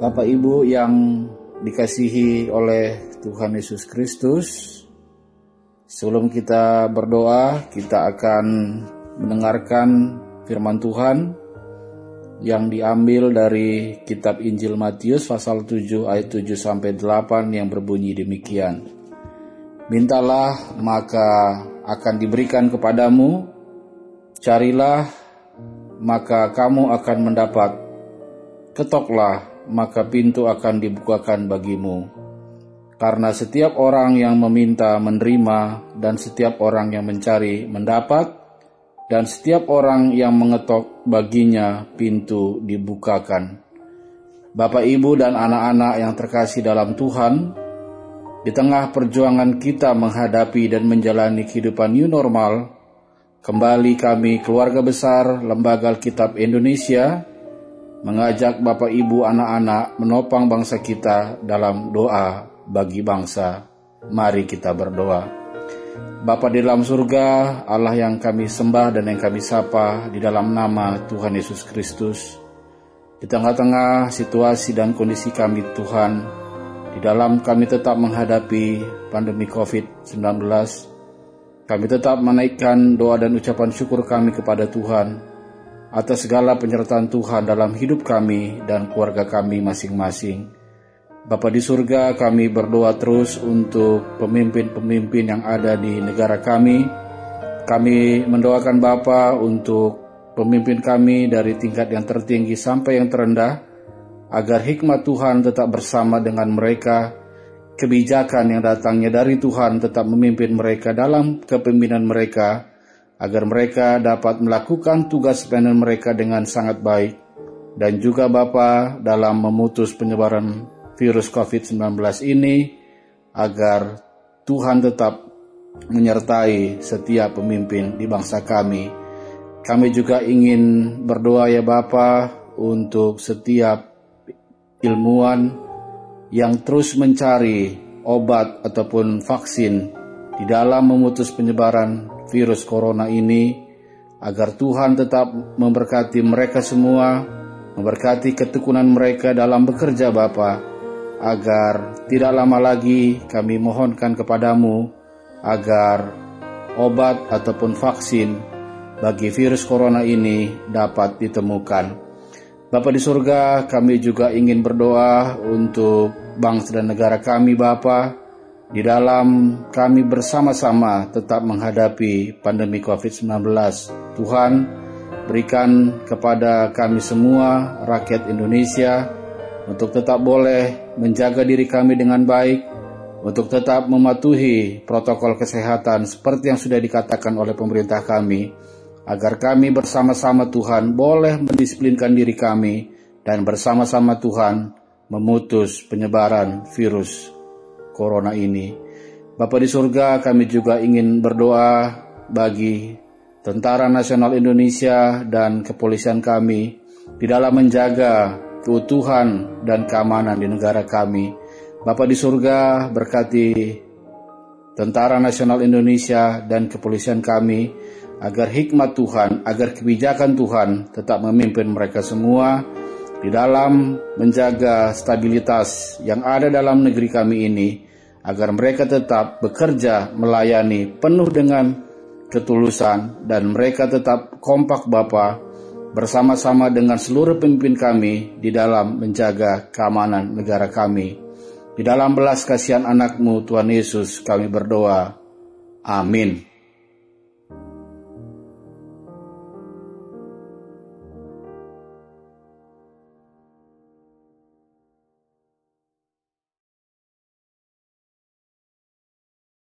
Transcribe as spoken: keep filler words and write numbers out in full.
Bapak Ibu yang dikasihi oleh Tuhan Yesus Kristus, sebelum kita berdoa, kita akan mendengarkan firman Tuhan yang diambil dari kitab Injil Matius pasal tujuh ayat tujuh sampai delapan yang berbunyi demikian. Mintalah maka akan diberikan kepadamu, carilah maka kamu akan mendapat, ketoklah maka pintu akan dibukakan bagimu. Karena setiap orang yang meminta menerima, dan setiap orang yang mencari mendapat, dan setiap orang yang mengetok baginya pintu dibukakan. Bapak, Ibu, dan anak-anak yang terkasih dalam Tuhan, di tengah perjuangan kita menghadapi dan menjalani kehidupan new normal, kembali kami keluarga besar Lembaga Alkitab Indonesia mengajak Bapak Ibu anak-anak menopang bangsa kita dalam doa bagi bangsa. Mari kita berdoa. Bapa di dalam surga, Allah yang kami sembah dan yang kami sapa di dalam nama Tuhan Yesus Kristus, di tengah-tengah situasi dan kondisi kami Tuhan, di dalam kami tetap menghadapi pandemi covid sembilan belas, kami tetap menaikkan doa dan ucapan syukur kami kepada Tuhan atas segala penyertaan Tuhan dalam hidup kami dan keluarga kami masing-masing. Bapa di surga, kami berdoa terus untuk pemimpin-pemimpin yang ada di negara kami. Kami mendoakan Bapa untuk pemimpin kami dari tingkat yang tertinggi sampai yang terendah, agar hikmat Tuhan tetap bersama dengan mereka, kebijakan yang datangnya dari Tuhan tetap memimpin mereka dalam kepemimpinan mereka, agar mereka dapat melakukan tugas pelayanan mereka dengan sangat baik, dan juga Bapa dalam memutus penyebaran virus covid sembilan belas ini, agar Tuhan tetap menyertai setiap pemimpin di bangsa kami. Kami juga ingin berdoa ya Bapa untuk setiap ilmuwan yang terus mencari obat ataupun vaksin di dalam memutus penyebaran virus corona ini, agar Tuhan tetap memberkati mereka semua, memberkati ketekunan mereka dalam bekerja Bapa, agar tidak lama lagi kami mohonkan kepadamu agar obat ataupun vaksin bagi virus corona ini dapat ditemukan. Bapa di surga, kami juga ingin berdoa untuk bangsa dan negara kami Bapa, di dalam kami bersama-sama tetap menghadapi pandemi covid sembilan belas. Tuhan, berikan kepada kami semua rakyat Indonesia untuk tetap boleh menjaga diri kami dengan baik, untuk tetap mematuhi protokol kesehatan seperti yang sudah dikatakan oleh pemerintah kami, agar kami bersama-sama Tuhan boleh mendisiplinkan diri kami dan bersama-sama Tuhan memutus penyebaran virus Corona ini. Bapa di surga, kami juga ingin berdoa bagi Tentara Nasional Indonesia dan kepolisian kami di dalam menjaga keutuhan dan keamanan di negara kami. Bapa di surga, berkati Tentara Nasional Indonesia dan kepolisian kami, agar hikmat Tuhan, agar kebijakan Tuhan tetap memimpin mereka semua di dalam menjaga stabilitas yang ada dalam negeri kami ini, agar mereka tetap bekerja melayani penuh dengan ketulusan, dan mereka tetap kompak Bapa bersama-sama dengan seluruh pemimpin kami di dalam menjaga keamanan negara kami. Di dalam belas kasihan anak-Mu Tuhan Yesus kami berdoa. Amin.